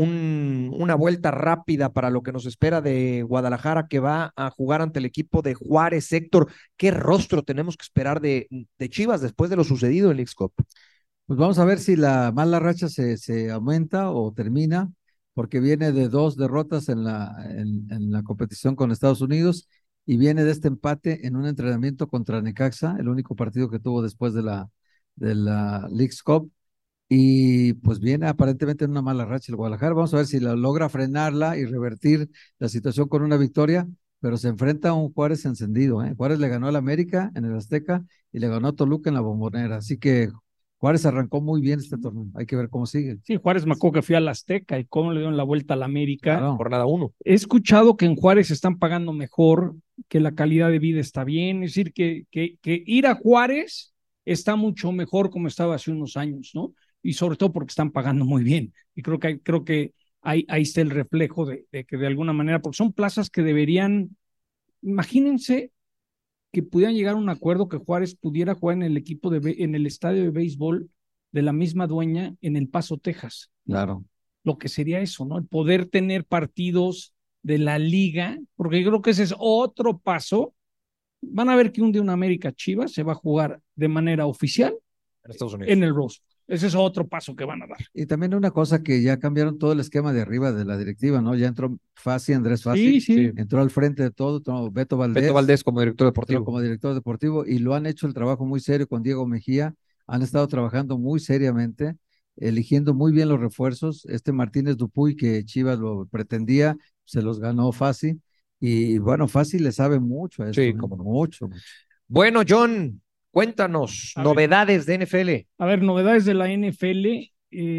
Una vuelta rápida para lo que nos espera de Guadalajara, que va a jugar ante el equipo de Juárez. Héctor, ¿qué rostro tenemos que esperar de Chivas después de lo sucedido en Leagues Cup? Pues vamos a ver si la mala racha se aumenta o termina, porque viene de 2 derrotas en la competición con Estados Unidos y viene de este empate en un entrenamiento contra Necaxa, el único partido que tuvo después de la Leagues Cup. Y pues viene aparentemente en una mala racha el Guadalajara. Vamos a ver si logra frenarla y revertir la situación con una victoria, pero se enfrenta a un Juárez encendido, ¿eh? Juárez le ganó al América en el Azteca y le ganó a Toluca en la Bombonera, así que Juárez arrancó muy bien este torneo, hay que ver cómo sigue. Sí, Juárez me acuerdo que fui al Azteca y cómo le dieron la vuelta al América. Claro. Jornada 1. He escuchado que en Juárez están pagando mejor, que la calidad de vida está bien, es decir, que ir a Juárez está mucho mejor como estaba hace unos años, ¿no? Y sobre todo porque están pagando muy bien. Y creo que ahí está el reflejo de que de alguna manera, porque son plazas que deberían, imagínense que pudieran llegar a un acuerdo que Juárez pudiera jugar en el estadio de béisbol de la misma dueña en El Paso, Texas. Claro. Lo que sería eso, ¿no? El poder tener partidos de la liga, porque yo creo que ese es otro paso. Van a ver que un día una América Chivas se va a jugar de manera oficial En Estados Unidos. en el Rose. Ese es otro paso que van a dar. Y también una cosa que ya cambiaron todo el esquema de arriba de la directiva, ¿no? Ya entró Andrés Fassi, Sí. entró al frente de todo, Beto Valdés como director deportivo. Como director deportivo, y lo han hecho el trabajo muy serio con Diego Mejía, han estado trabajando muy seriamente, eligiendo muy bien los refuerzos. Martínez Dupuy, que Chivas lo pretendía, se los ganó Fassi, Y bueno, fácil le sabe mucho a esto, Sí, ¿eh? cómo no. Mucho, mucho. Bueno, John, cuéntanos, A ver. novedades de NFL. A ver, novedades de la NFL.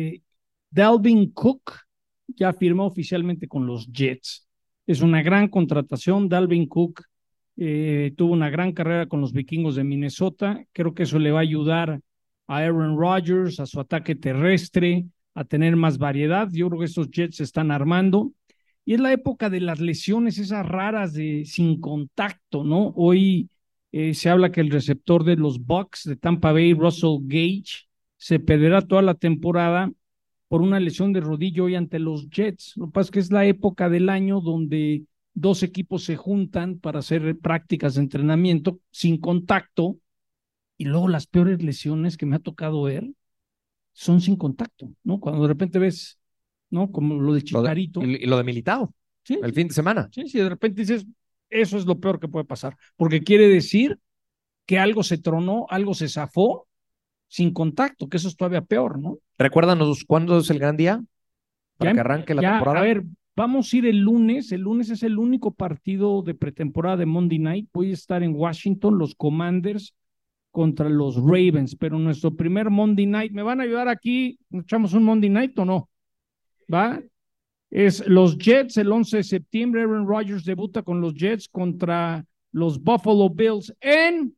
Dalvin Cook ya firmó oficialmente con los Jets. Es una gran contratación. Dalvin Cook tuvo una gran carrera con los Vikingos de Minnesota. Creo que eso le va a ayudar a Aaron Rodgers, a su ataque terrestre, a tener más variedad. Yo creo que estos Jets se están armando. Y es la época de las lesiones, esas raras de sin contacto, ¿no? Hoy se habla que el receptor de los Bucks de Tampa Bay, Russell Gage, se perderá toda la temporada por una lesión de rodillo hoy ante los Jets. Lo que pasa es que es la época del año donde dos equipos se juntan para hacer prácticas de entrenamiento sin contacto, y luego las peores lesiones que me ha tocado ver son sin contacto, ¿no? Cuando de repente ves, ¿no? Como lo de Chicharito. Y lo de Militao, Sí, el fin de semana. sí, de repente dices, eso es lo peor que puede pasar, porque quiere decir que algo se tronó, algo se zafó sin contacto, que eso es todavía peor, ¿no? Recuérdanos cuándo es el gran día para que arranque la temporada. A ver, vamos a ir el lunes es el único partido de pretemporada de Monday Night. Voy a estar en Washington, los Commanders contra los Ravens, pero nuestro primer Monday Night, ¿me van a ayudar aquí? ¿Nos echamos un Monday Night o no? ¿Va? Es los Jets el 11 de septiembre. Aaron Rodgers debuta con los Jets contra los Buffalo Bills en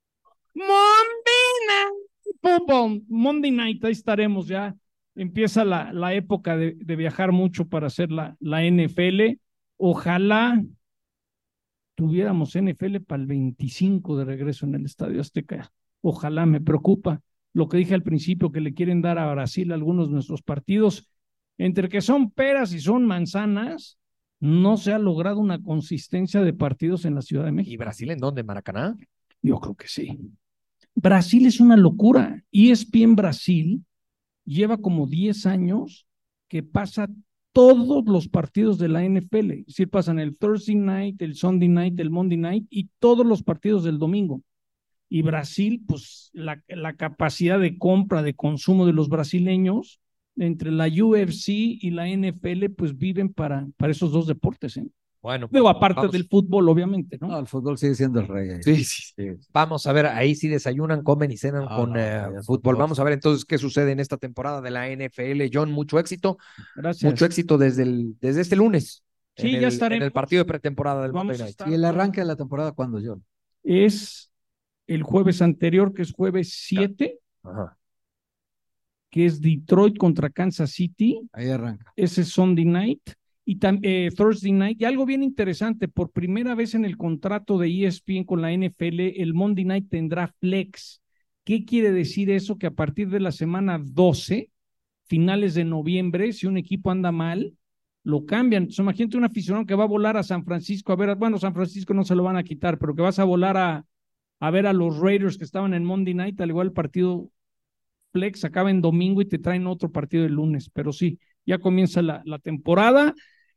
Monday Night Football. Monday Night, ahí estaremos ya. Empieza la época de viajar mucho para hacer la NFL. Ojalá tuviéramos NFL para el 25 de regreso en el Estadio Azteca. Ojalá, me preocupa lo que dije al principio, que le quieren dar a Brasil algunos de nuestros partidos. Entre que son peras y son manzanas, no se ha logrado una consistencia de partidos en la Ciudad de México. ¿Y Brasil en dónde? ¿Maracaná? Yo creo que sí. Brasil es una locura. ESPN Brasil lleva como 10 años que pasa todos los partidos de la NFL. Es decir, pasan el Thursday night, el Sunday night, el Monday night y todos los partidos del domingo. Y Brasil, pues la capacidad de compra, de consumo de los brasileños, entre la UFC y la NFL, pues viven para esos dos deportes, ¿eh? Bueno, Luego, aparte del fútbol, obviamente, ¿no? No, el fútbol sigue siendo el rey ahí. Sí. Vamos a ver, ahí sí desayunan, comen y cenan con fútbol. Vamos a ver entonces qué sucede en esta temporada de la NFL. John, mucho éxito. Gracias. Mucho éxito desde este lunes. Sí, ya estaremos. En el partido de pretemporada del Vamos Monday a Night. estar. ¿Y el arranque de la temporada cuándo, John? Es el jueves anterior, que es jueves 7, Ajá. que es Detroit contra Kansas City. Ahí arranca. Ese es Sunday night. Y Thursday night. Y algo bien interesante, por primera vez en el contrato de ESPN con la NFL, el Monday night tendrá flex. ¿Qué quiere decir eso? Que a partir de la semana 12, finales de noviembre, si un equipo anda mal, lo cambian. Entonces, imagínate un aficionado que va a volar a San Francisco, bueno, San Francisco no se lo van a quitar, pero que vas a volar a ver a los Raiders que estaban en Monday night, al igual el partido flex acaba en domingo y te traen otro partido el lunes. Pero sí, ya comienza la temporada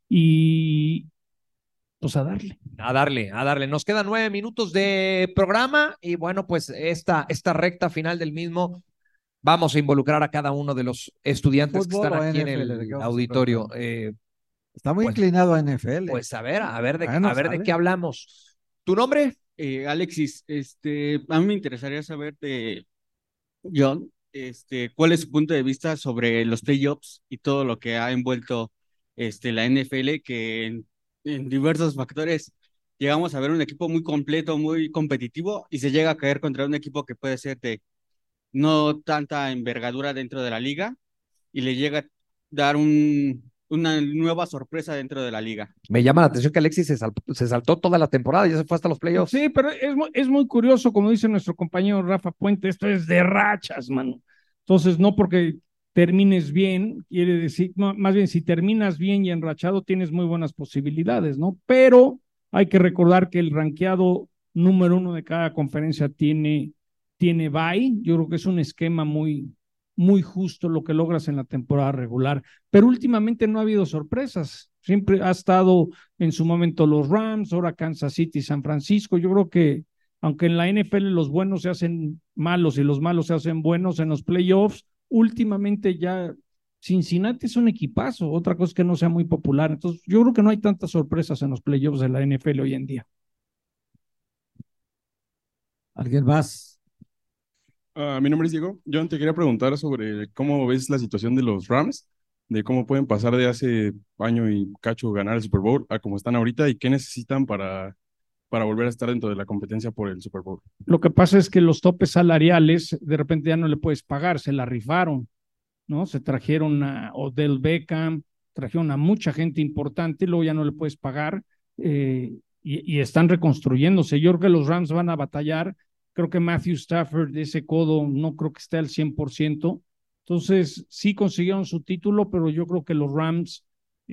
y pues a darle. A darle. Nos quedan 9 minutos de programa y bueno, pues esta recta final del mismo vamos a involucrar a cada uno de los estudiantes que ¿Fútbol están o aquí NFL? en ¿De qué el vamos a auditorio. Está muy pues- inclinado a NFL. Pues a ver de Sale. qué hablamos. ¿Tu nombre? Alexis, a mí me interesaría saber de John, cuál es su punto de vista sobre los playoffs y todo lo que ha envuelto la NFL, que en diversos factores llegamos a ver un equipo muy completo, muy competitivo, y se llega a caer contra un equipo que puede ser de no tanta envergadura dentro de la liga, y le llega a dar una nueva sorpresa dentro de la liga. Me llama la atención que Alexis se saltó toda la temporada, ya se fue hasta los playoffs. Sí, pero es muy curioso, como dice nuestro compañero Rafa Puente, esto es de rachas, mano. Entonces, no porque termines bien, quiere decir, no, más bien si terminas bien y enrachado, tienes muy buenas posibilidades, ¿no? Pero hay que recordar que el rankeado número 1 de cada conferencia tiene bye. Yo creo que es un esquema muy justo lo que logras en la temporada regular, pero últimamente no ha habido sorpresas. Siempre ha estado en su momento los Rams, ahora Kansas City, San Francisco. Yo creo que aunque en la NFL los buenos se hacen malos y los malos se hacen buenos en los playoffs, últimamente ya Cincinnati es un equipazo, otra cosa es que no sea muy popular. Entonces, yo creo que no hay tantas sorpresas en los playoffs de la NFL hoy en día. ¿Alguien más? Mi nombre es Diego. Yo te quería preguntar sobre cómo ves la situación de los Rams, de cómo pueden pasar de hace año y cacho ganar el Super Bowl a cómo están ahorita y qué necesitan para volver a estar dentro de la competencia por el Super Bowl. Lo que pasa es que los topes salariales de repente ya no le puedes pagar, se la rifaron, ¿no? Se trajeron a Odell Beckham, trajeron a mucha gente importante y luego ya no le puedes pagar y están reconstruyéndose. Yo creo que los Rams van a batallar. Creo que Matthew Stafford de ese codo no creo que esté al 100%. Entonces, sí consiguieron su título, pero yo creo que los Rams,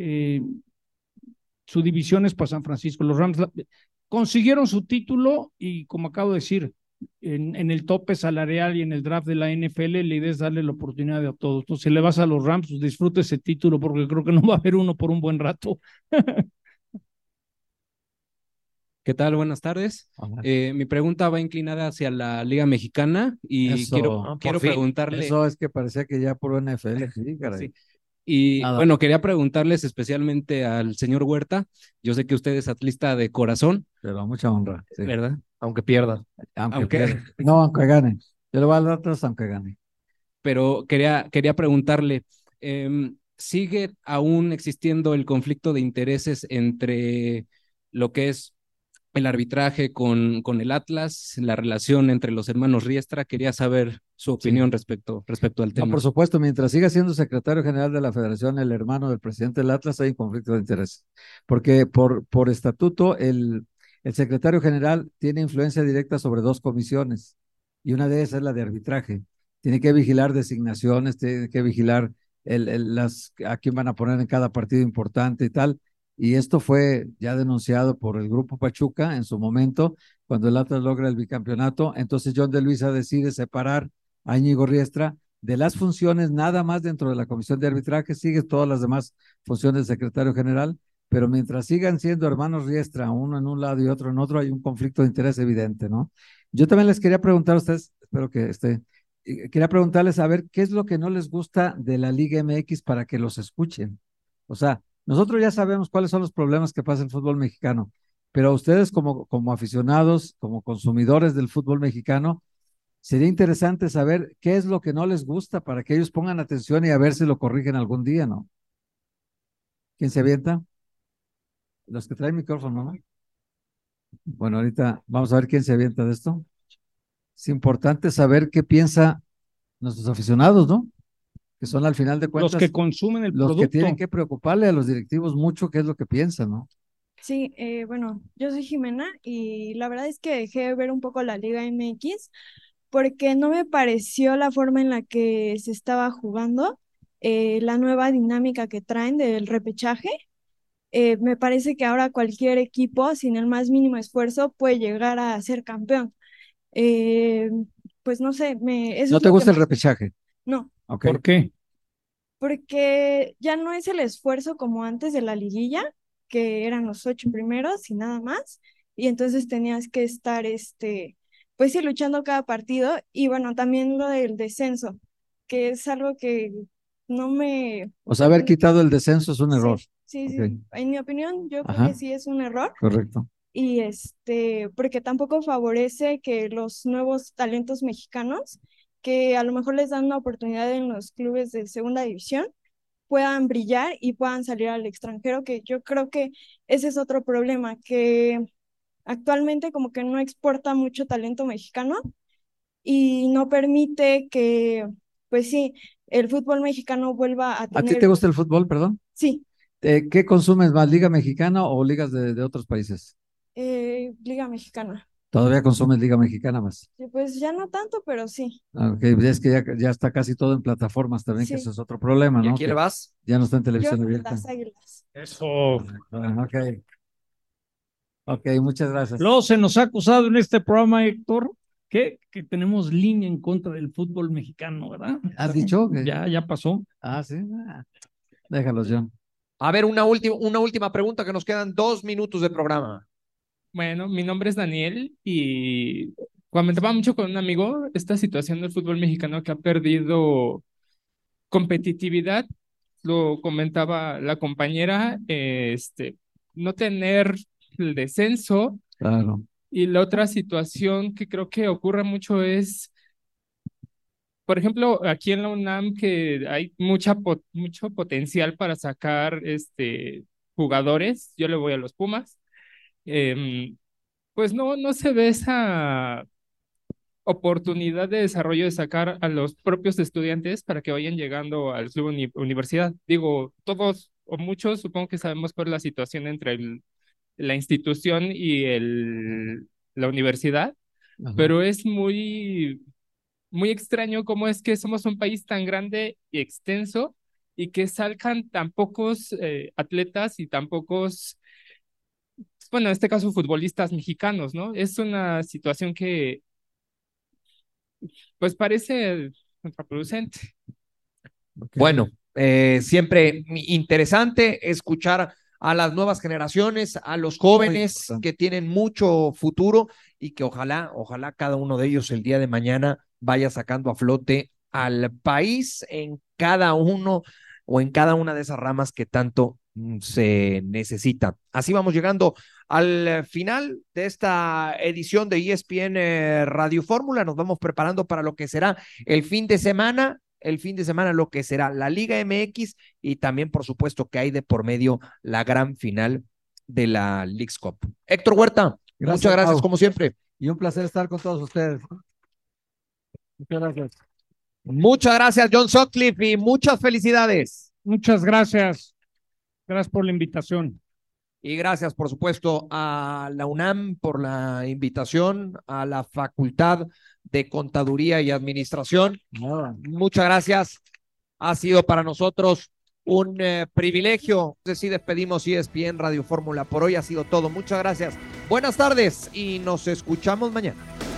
su división es para San Francisco. Los Rams consiguieron su título y, como acabo de decir, en el tope salarial y en el draft de la NFL, la idea es darle la oportunidad a todos. Entonces, si le vas a los Rams, pues disfruta ese título porque creo que no va a haber uno por un buen rato. ¿Qué tal? Buenas tardes. Mi pregunta va inclinada hacia la Liga Mexicana y Eso, quiero preguntarle. Eso es que parecía que ya por NFL, sí, caray. Sí. Y Nada. bueno, quería preguntarles especialmente al señor Huerta. Yo sé que usted es atlista de corazón, Pero a mucha honra, sí. ¿verdad? Aunque pierda. Aunque pierda. No, aunque gane. Yo le voy a dar atrás aunque gane. Pero quería preguntarle, ¿sigue aún existiendo el conflicto de intereses entre lo que es el arbitraje con el Atlas, la relación entre los hermanos Riestra? Quería saber su opinión respecto al tema. No, por supuesto, mientras siga siendo secretario general de la Federación, el hermano del presidente del Atlas, hay un conflicto de interés. Porque por estatuto, el secretario general tiene influencia directa sobre dos comisiones y una de esas es la de arbitraje. Tiene que vigilar designaciones, tiene que vigilar a quién van a poner en cada partido importante y tal. Y esto fue ya denunciado por el Grupo Pachuca en su momento, cuando el Atlas logra el bicampeonato. Entonces John de Luisa decide separar a Íñigo Riestra de las funciones nada más dentro de la comisión de arbitraje, sigue todas las demás funciones del secretario general, pero mientras sigan siendo hermanos Riestra, uno en un lado y otro en otro, hay un conflicto de interés evidente, ¿no? Yo también les quería preguntar a ustedes, espero que quería preguntarles a ver qué es lo que no les gusta de la Liga MX para que los escuchen. O sea, nosotros ya sabemos cuáles son los problemas que pasa en el fútbol mexicano, pero ustedes como aficionados, como consumidores del fútbol mexicano, sería interesante saber qué es lo que no les gusta para que ellos pongan atención y a ver si lo corrigen algún día, ¿no? ¿Quién se avienta? Los que traen micrófono, ¿no? Bueno, ahorita vamos a ver quién se avienta de esto. Es importante saber qué piensan nuestros aficionados, ¿no? Que son al final de cuentas los que consumen el los producto. que tienen que preocuparle a los directivos mucho qué es lo que piensan, ¿no? Sí, bueno, yo soy Jimena y la verdad es que dejé de ver un poco la Liga MX porque no me pareció la forma en la que se estaba jugando, la nueva dinámica que traen del repechaje. Me parece que ahora cualquier equipo, sin el más mínimo esfuerzo, puede llegar a ser campeón. Pues no sé, eso ¿No es te lo gusta que el repechaje? No, Ok. ¿Por qué? porque ya no es el esfuerzo como antes de la liguilla, que eran los 8 primeros y nada más, y entonces tenías que estar, pues sí, luchando cada partido, y bueno, también lo del descenso, que es algo que no me... O sea, haber quitado el descenso es un error. Sí, Ok. sí, en mi opinión, yo creo Ajá. que sí es un error. Correcto. Y porque tampoco favorece que los nuevos talentos mexicanos, que a lo mejor les dan una oportunidad en los clubes de segunda división, puedan brillar y puedan salir al extranjero, que yo creo que ese es otro problema, que actualmente como que no exporta mucho talento mexicano y no permite que, pues sí, el fútbol mexicano vuelva a ¿A ti tener... te gusta el fútbol, perdón? Sí, ¿Qué consumes más, Liga Mexicana o ligas de otros países? Liga Mexicana. Todavía consumes Liga Mexicana más. Sí, pues ya no tanto, pero sí. Ok, es que ya está casi todo en plataformas también, que Sí. eso es otro problema, ¿Y a ¿no? quién Que le vas? ya no está en Yo televisión abierta. las Águilas. Eso. Ok. Ok, muchas gracias. Luego se nos ha acusado en este programa, Héctor, que tenemos línea en contra del fútbol mexicano, ¿verdad? ¿Has dicho? Ya pasó. Ah, sí. Déjalos, John. A ver, una última pregunta, que nos quedan 2 minutos de programa. Bueno, mi nombre es Daniel y comentaba mucho con un amigo esta situación del fútbol mexicano que ha perdido competitividad lo comentaba la compañera, no tener el descenso. Claro. Y la otra situación que creo que ocurre mucho es, por ejemplo, aquí en la UNAM, que hay mucho potencial para sacar jugadores. Yo le voy a los Pumas. Pues no se ve esa oportunidad de desarrollo de sacar a los propios estudiantes para que vayan llegando al club universidad. Digo, todos o muchos supongo que sabemos cuál es la situación entre la institución y la universidad, Ajá. pero es muy extraño cómo es que somos un país tan grande y extenso y que salgan tan pocos atletas y tan pocos, bueno, en este caso futbolistas mexicanos, ¿no? Es una situación que pues parece contraproducente. Bueno, siempre interesante escuchar a las nuevas generaciones, a los jóvenes que tienen mucho futuro y que ojalá cada uno de ellos el día de mañana vaya sacando a flote al país en cada uno o en cada una de esas ramas que tanto se necesita. Así vamos llegando al final de esta edición de ESPN Radio Fórmula. Nos vamos preparando para lo que será el fin de semana. Lo que será la Liga MX y también, por supuesto, que hay de por medio la gran final de la Leagues Cup. Héctor Huerta, muchas gracias, Pau. como siempre. Y un placer estar con todos ustedes. Muchas gracias. Muchas gracias, John Sutcliffe, y muchas felicidades. Muchas gracias. Gracias por la invitación. Y gracias, por supuesto, a la UNAM por la invitación, a la Facultad de Contaduría y Administración. Muchas gracias. Ha sido para nosotros un privilegio. Así despedimos ESPN Radio Fórmula. Por hoy ha sido todo. Muchas gracias. Buenas tardes y nos escuchamos mañana.